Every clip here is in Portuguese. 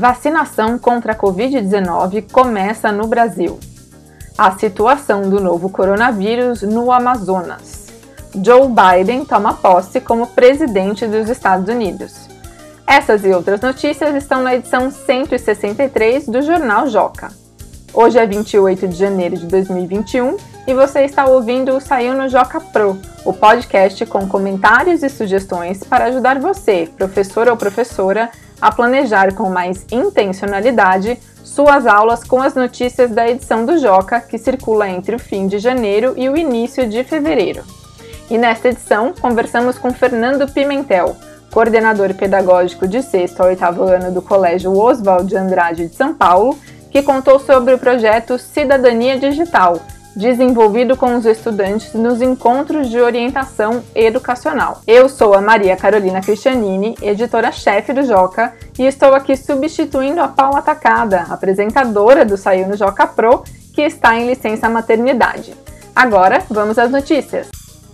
Vacinação contra a Covid-19 começa no Brasil. A situação do novo coronavírus no Amazonas. Joe Biden toma posse como presidente dos Estados Unidos. Essas e outras notícias estão na edição 163 do Jornal Joca. Hoje é 28 de janeiro de 2021 e você está ouvindo o Saiu no Joca Pro, o podcast com comentários e sugestões para ajudar você, professor ou professora, a planejar com mais intencionalidade suas aulas com as notícias da edição do Joca, que circula entre o fim de janeiro e o início de fevereiro. E nesta edição, conversamos com Fernando Pimentel, coordenador pedagógico de 6º ao 8º ano do Colégio Oswald de Andrade de São Paulo, que contou sobre o projeto Cidadania Digital, desenvolvido com os estudantes nos encontros de orientação educacional. Eu sou a Maria Carolina Cristianini, editora-chefe do Joca, e estou aqui substituindo a Paula Tacada, apresentadora do Saiu no Joca Pro, que está em licença maternidade. Agora, vamos às notícias.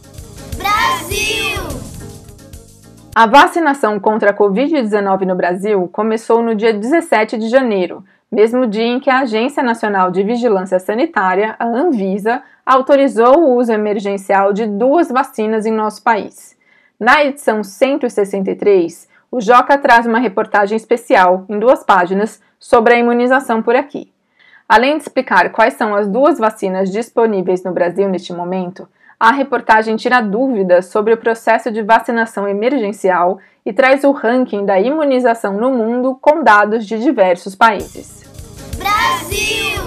Brasil! A vacinação contra a Covid-19 no Brasil começou no dia 17 de janeiro, mesmo dia em que a Agência Nacional de Vigilância Sanitária, a Anvisa, autorizou o uso emergencial de 2 vacinas em nosso país. Na edição 163, o Joca traz uma reportagem especial, em 2 páginas, sobre a imunização por aqui. Além de explicar quais são as 2 vacinas disponíveis no Brasil neste momento, a reportagem tira dúvidas sobre o processo de vacinação emergencial e traz o ranking da imunização no mundo com dados de diversos países. Brasil!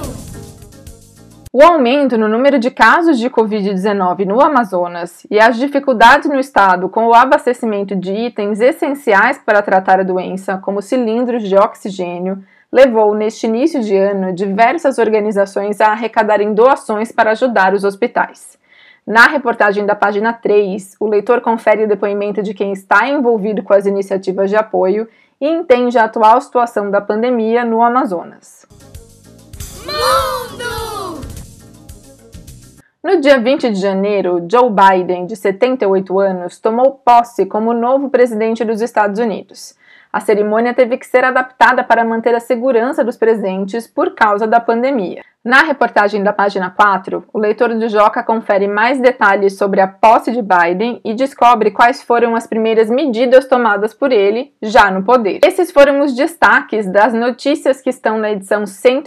O aumento no número de casos de Covid-19 no Amazonas e as dificuldades no estado com o abastecimento de itens essenciais para tratar a doença, como cilindros de oxigênio, levou, neste início de ano, diversas organizações a arrecadarem doações para ajudar os hospitais. Na reportagem da página 3, o leitor confere o depoimento de quem está envolvido com as iniciativas de apoio e entende a atual situação da pandemia no Amazonas. Mundo! No dia 20 de janeiro, Joe Biden, de 78 anos, tomou posse como novo presidente dos Estados Unidos. A cerimônia teve que ser adaptada para manter a segurança dos presentes por causa da pandemia. Na reportagem da página 4, o leitor do Joca confere mais detalhes sobre a posse de Biden e descobre quais foram as primeiras medidas tomadas por ele, já no poder. Esses foram os destaques das notícias que estão na edição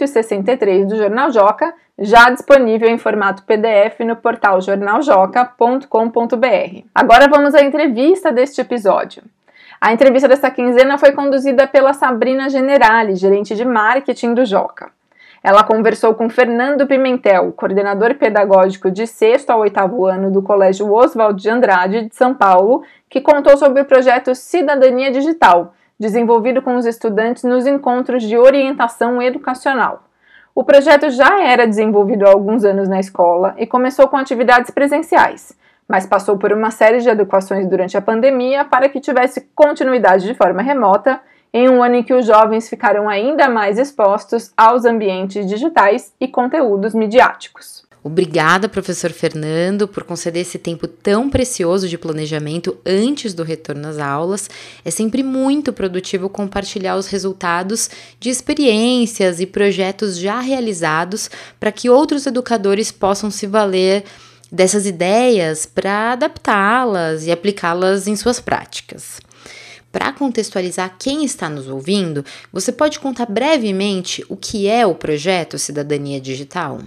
163 do Jornal Joca, já disponível em formato PDF no portal jornaljoca.com.br. Agora vamos à entrevista deste episódio. A entrevista desta quinzena foi conduzida pela Sabrina Generali, gerente de marketing do Joca. Ela conversou com Fernando Pimentel, coordenador pedagógico de 6º ao 8º ano do Colégio Oswald de Andrade de São Paulo, que contou sobre o projeto Cidadania Digital, desenvolvido com os estudantes nos encontros de orientação educacional. O projeto já era desenvolvido há alguns anos na escola e começou com atividades presenciais, mas passou por uma série de adequações durante a pandemia para que tivesse continuidade de forma remota, em um ano em que os jovens ficaram ainda mais expostos aos ambientes digitais e conteúdos midiáticos. Obrigada, professor Fernando, por conceder esse tempo tão precioso de planejamento antes do retorno às aulas. É sempre muito produtivo compartilhar os resultados de experiências e projetos já realizados para que outros educadores possam se valer dessas ideias para adaptá-las e aplicá-las em suas práticas. Para contextualizar quem está nos ouvindo, você pode contar brevemente o que é o projeto Cidadania Digital?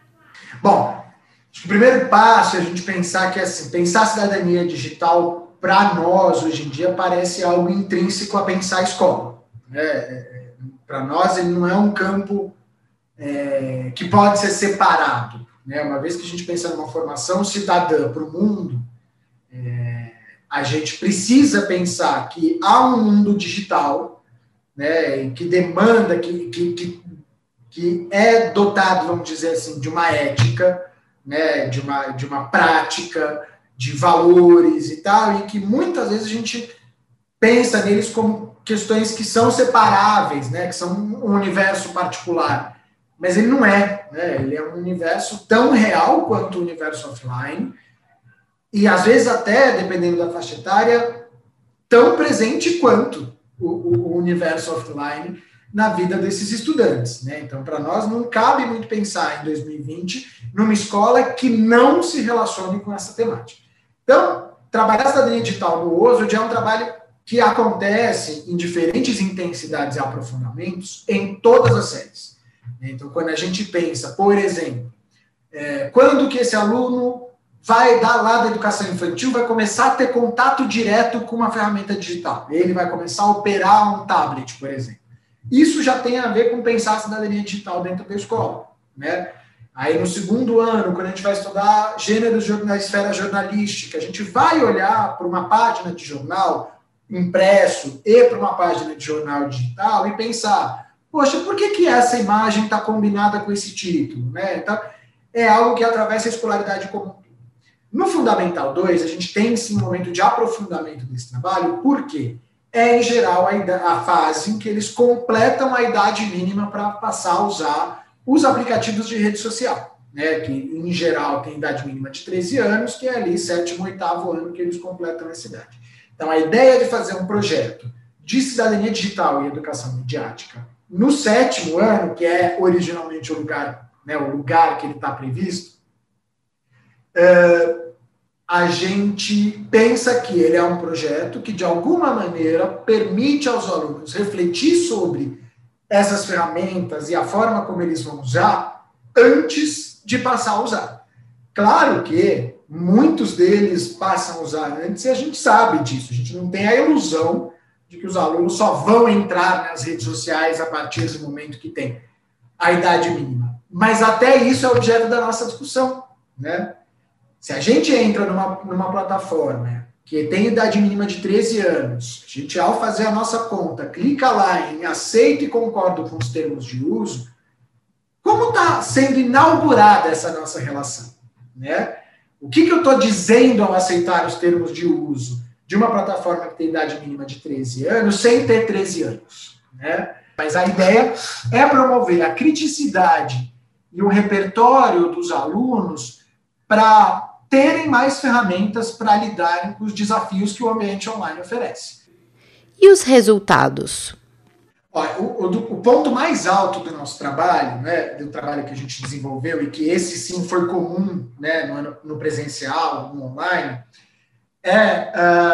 Bom, acho que o primeiro passo é a gente pensar que pensar cidadania digital para nós hoje em dia parece algo intrínseco a pensar a escola. Para nós ele não é um campo que pode ser separado. Uma vez que a gente pensa numa formação cidadã para o mundo, a gente precisa pensar que há um mundo digital, que demanda, que é dotado, vamos dizer assim, de uma ética, de uma prática, de valores e tal, e que muitas vezes a gente pensa neles como questões que são separáveis, que são um universo particular. Mas ele não é, ele é um universo tão real quanto o universo offline, e às vezes até, dependendo da faixa etária, tão presente quanto o universo offline, na vida desses estudantes, né? Então, para nós, não cabe muito pensar em 2020 numa escola que não se relacione com essa temática. Então, trabalhar a cidadania digital no OSO é um trabalho que acontece em diferentes intensidades e aprofundamentos em todas as séries. Então, quando a gente pensa, por exemplo, quando que esse aluno vai dar lá da educação infantil, vai começar a ter contato direto com uma ferramenta digital. Ele vai começar a operar um tablet, por exemplo. Isso já tem a ver com pensar a cidadania digital dentro da escola, né? Aí no segundo ano, quando a gente vai estudar gêneros na esfera jornalística, a gente vai olhar para uma página de jornal impresso e para uma página de jornal digital e pensar, poxa, por que essa imagem está combinada com esse título, né? Então, é algo que atravessa a escolaridade comum. No Fundamental 2, a gente tem sim um momento de aprofundamento desse trabalho, porque em geral, a fase em que eles completam a idade mínima para passar a usar os aplicativos de rede social, né? Que, em geral, tem idade mínima de 13 anos, que é ali 7º, 8º ano que eles completam essa idade. Então, a ideia de fazer um projeto de cidadania digital e educação midiática no 7º ano, que é originalmente o lugar, né, o lugar que ele está previsto, a gente pensa que ele é um projeto que, de alguma maneira, permite aos alunos refletir sobre essas ferramentas e a forma como eles vão usar antes de passar a usar. Claro que muitos deles passam a usar antes e a gente sabe disso. A gente não tem a ilusão de que os alunos só vão entrar nas redes sociais a partir do momento que tem a idade mínima. Mas até isso é objeto da nossa discussão, né? Se a gente entra numa plataforma que tem idade mínima de 13 anos, a gente, ao fazer a nossa conta, clica lá em aceito e concordo com os termos de uso, como está sendo inaugurada essa nossa relação, né? O que eu estou dizendo ao aceitar os termos de uso de uma plataforma que tem idade mínima de 13 anos, sem ter 13 anos, né? Mas a ideia é promover a criticidade e o repertório dos alunos para terem mais ferramentas para lidarem com os desafios que o ambiente online oferece. E os resultados? Olha, o ponto mais alto do nosso trabalho, né, do trabalho que a gente desenvolveu, e que esse sim foi comum, né, no presencial, no online, é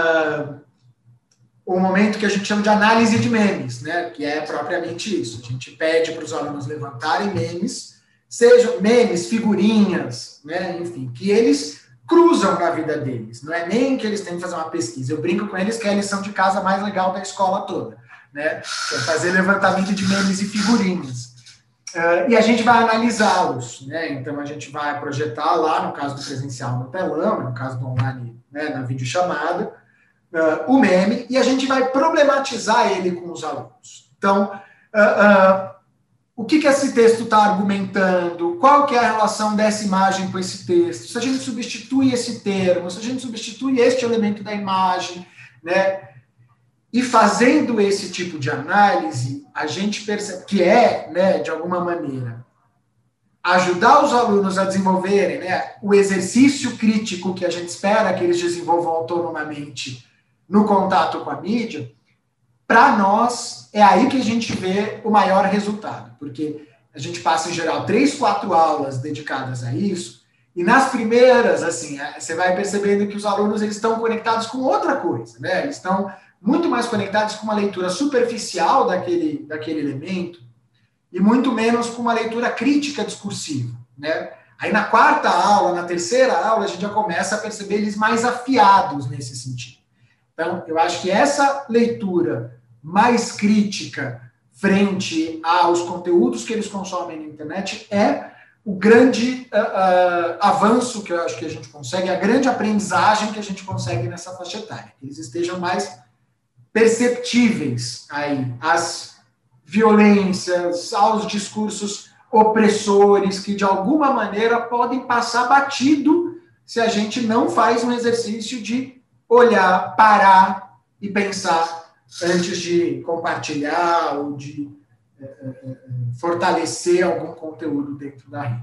o momento que a gente chama de análise de memes, né, que é propriamente isso. A gente pede para os alunos levantarem memes, sejam memes, figurinhas, né, enfim, que eles cruzam na vida deles. Não é nem que eles têm que fazer uma pesquisa. Eu brinco com eles que é a lição de casa mais legal da escola toda, né? É fazer levantamento de memes e figurinhas. E a gente vai analisá-los, né? Então, a gente vai projetar lá, no caso do presencial, no telão, no caso do online, né, na videochamada, o meme, e a gente vai problematizar ele com os alunos. Então, o que esse texto está argumentando? Qual que é a relação dessa imagem com esse texto? Se a gente substitui esse termo, se a gente substitui este elemento da imagem, né? E fazendo esse tipo de análise, a gente percebe que né, de alguma maneira, ajudar os alunos a desenvolverem, né, o exercício crítico que a gente espera que eles desenvolvam autonomamente no contato com a mídia. Para nós, é aí que a gente vê o maior resultado, porque a gente passa, em geral, 3, 4 aulas dedicadas a isso, e nas primeiras, assim, você vai percebendo que os alunos eles estão conectados com outra coisa, né? Eles estão muito mais conectados com uma leitura superficial daquele elemento e muito menos com uma leitura crítica discursiva, né? Aí na 4ª aula, na 3ª aula, a gente já começa a perceber eles mais afiados nesse sentido. Então, eu acho que essa leitura mais crítica frente aos conteúdos que eles consomem na internet é o grande avanço que eu acho que a gente consegue, a grande aprendizagem que a gente consegue nessa faixa etária. Que eles estejam mais perceptíveis aí às violências, aos discursos opressores que, de alguma maneira, podem passar batido se a gente não faz um exercício de olhar, parar e pensar antes de compartilhar ou de fortalecer algum conteúdo dentro da rede.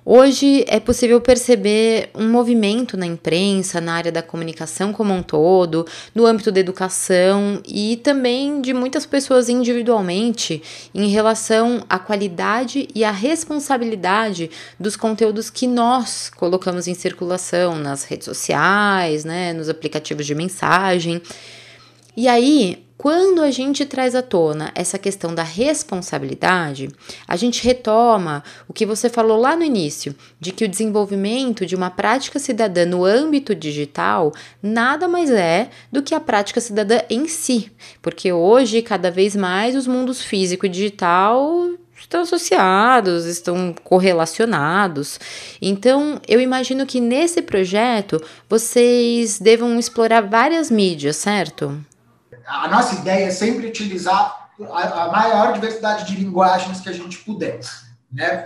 Hoje é possível perceber um movimento na imprensa, na área da comunicação como um todo, no âmbito da educação e também de muitas pessoas individualmente em relação à qualidade e à responsabilidade dos conteúdos que nós colocamos em circulação nas redes sociais, né, nos aplicativos de mensagem. E aí, quando a gente traz à tona essa questão da responsabilidade, a gente retoma o que você falou lá no início, de que o desenvolvimento de uma prática cidadã no âmbito digital nada mais é do que a prática cidadã em si, porque hoje, cada vez mais, os mundos físico e digital estão associados, estão correlacionados. Então, eu imagino que nesse projeto vocês devam explorar várias mídias, certo? A nossa ideia é sempre utilizar a maior diversidade de linguagens que a gente puder, né?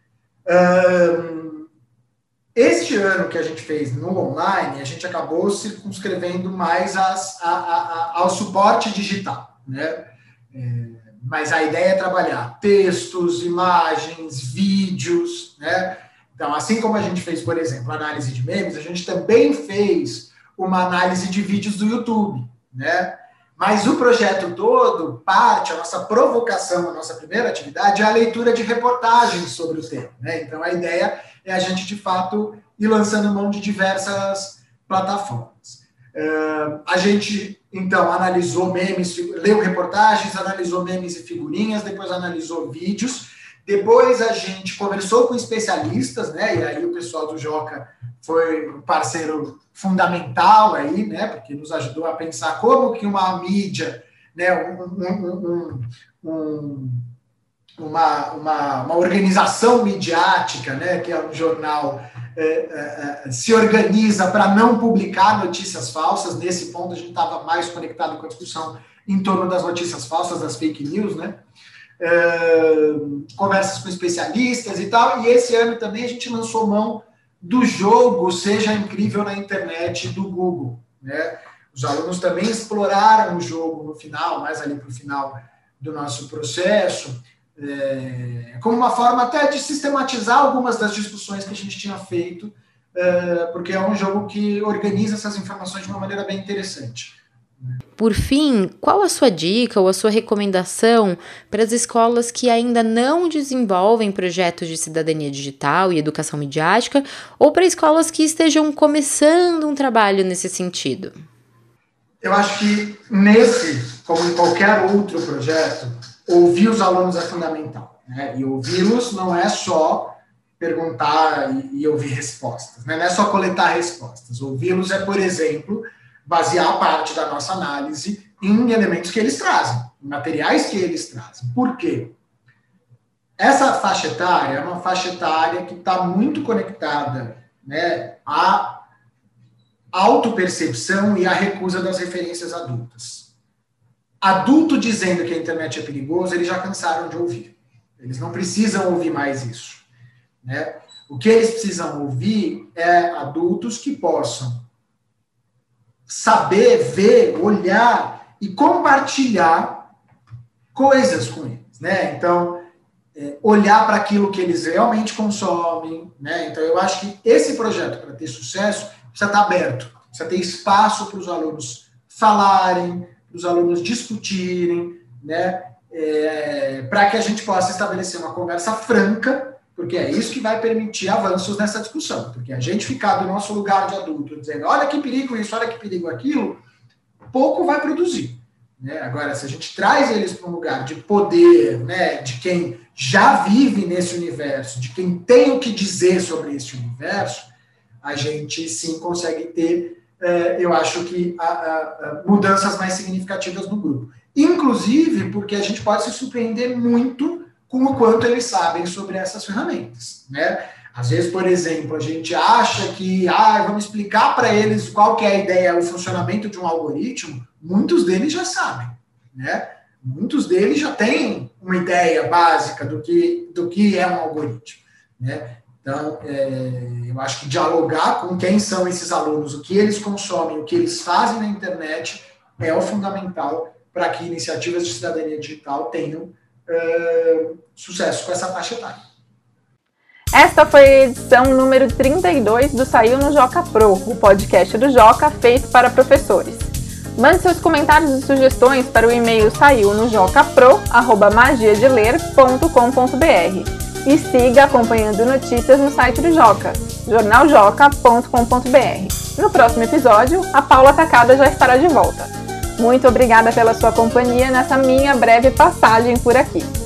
Este ano que a gente fez no online, a gente acabou circunscrevendo mais ao suporte digital, né? Mas a ideia é trabalhar textos, imagens, vídeos, né? Então, assim como a gente fez, por exemplo, análise de memes, a gente também fez uma análise de vídeos do YouTube, né? Mas o projeto todo parte, a nossa provocação, a nossa primeira atividade é a leitura de reportagens sobre o tema, né? Então, a ideia é a gente, de fato, ir lançando mão de diversas plataformas. A gente, então, analisou memes, leu reportagens, analisou memes e figurinhas, depois analisou vídeos, depois a gente conversou com especialistas, né? E aí o pessoal do Joca foi um parceiro fundamental aí, né? Porque nos ajudou a pensar como que uma mídia, né? Uma organização midiática, né? Que é um jornal, se organiza para não publicar notícias falsas. Nesse ponto a gente estava mais conectado com a discussão em torno das notícias falsas, das fake news, né? Conversas com especialistas e tal, e esse ano também a gente lançou mão do jogo Seja Incrível na Internet do Google, né? Os alunos também exploraram o jogo no final, mais ali para o final do nosso processo, como uma forma até de sistematizar algumas das discussões que a gente tinha feito, porque é um jogo que organiza essas informações de uma maneira bem interessante. Por fim, qual a sua dica ou a sua recomendação para as escolas que ainda não desenvolvem projetos de cidadania digital e educação midiática, ou para escolas que estejam começando um trabalho nesse sentido? Eu acho que nesse, como em qualquer outro projeto, ouvir os alunos é fundamental, né? E ouvi-los não é só perguntar e ouvir respostas, né? Não é só coletar respostas. Ouvi-los é, por exemplo, basear a parte da nossa análise em elementos que eles trazem, em materiais que eles trazem. Por quê? Essa faixa etária é uma faixa etária que está muito conectada, né, à autopercepção e à recusa das referências adultas. Adulto dizendo que a internet é perigosa, eles já cansaram de ouvir. Eles não precisam ouvir mais isso, né? O que eles precisam ouvir é adultos que possam saber, ver, olhar e compartilhar coisas com eles, né? Então, olhar para aquilo que eles realmente consomem, né? Então, eu acho que esse projeto, para ter sucesso, precisa estar aberto, precisa ter espaço para os alunos falarem, para os alunos discutirem, né? Para que a gente possa estabelecer uma conversa franca, porque é isso que vai permitir avanços nessa discussão. Porque a gente ficar do nosso lugar de adulto dizendo, olha que perigo isso, olha que perigo aquilo, pouco vai produzir, né? Agora, se a gente traz eles para um lugar de poder, né, de quem já vive nesse universo, de quem tem o que dizer sobre esse universo, a gente sim consegue ter, eu acho que, mudanças mais significativas no grupo. Inclusive porque a gente pode se surpreender muito com o quanto eles sabem sobre essas ferramentas, né? Às vezes, por exemplo, a gente acha que vamos explicar para eles qual que é a ideia, o funcionamento de um algoritmo. Muitos deles já sabem, né? Muitos deles já têm uma ideia básica do que é um algoritmo, né? Então, eu acho que dialogar com quem são esses alunos, o que eles consomem, o que eles fazem na internet é o fundamental para que iniciativas de cidadania digital tenham sucesso com essa faixa etária. Esta foi a edição número 32 do Saiu no Joca Pro, o podcast do Joca feito para professores. Mande seus comentários e sugestões para o e-mail saiunojocapro@magiadeler.com.br e siga acompanhando notícias no site do Joca, jornaljoca.com.br. No próximo episódio, a Paula Tacada já estará de volta. Muito obrigada pela sua companhia nessa minha breve passagem por aqui.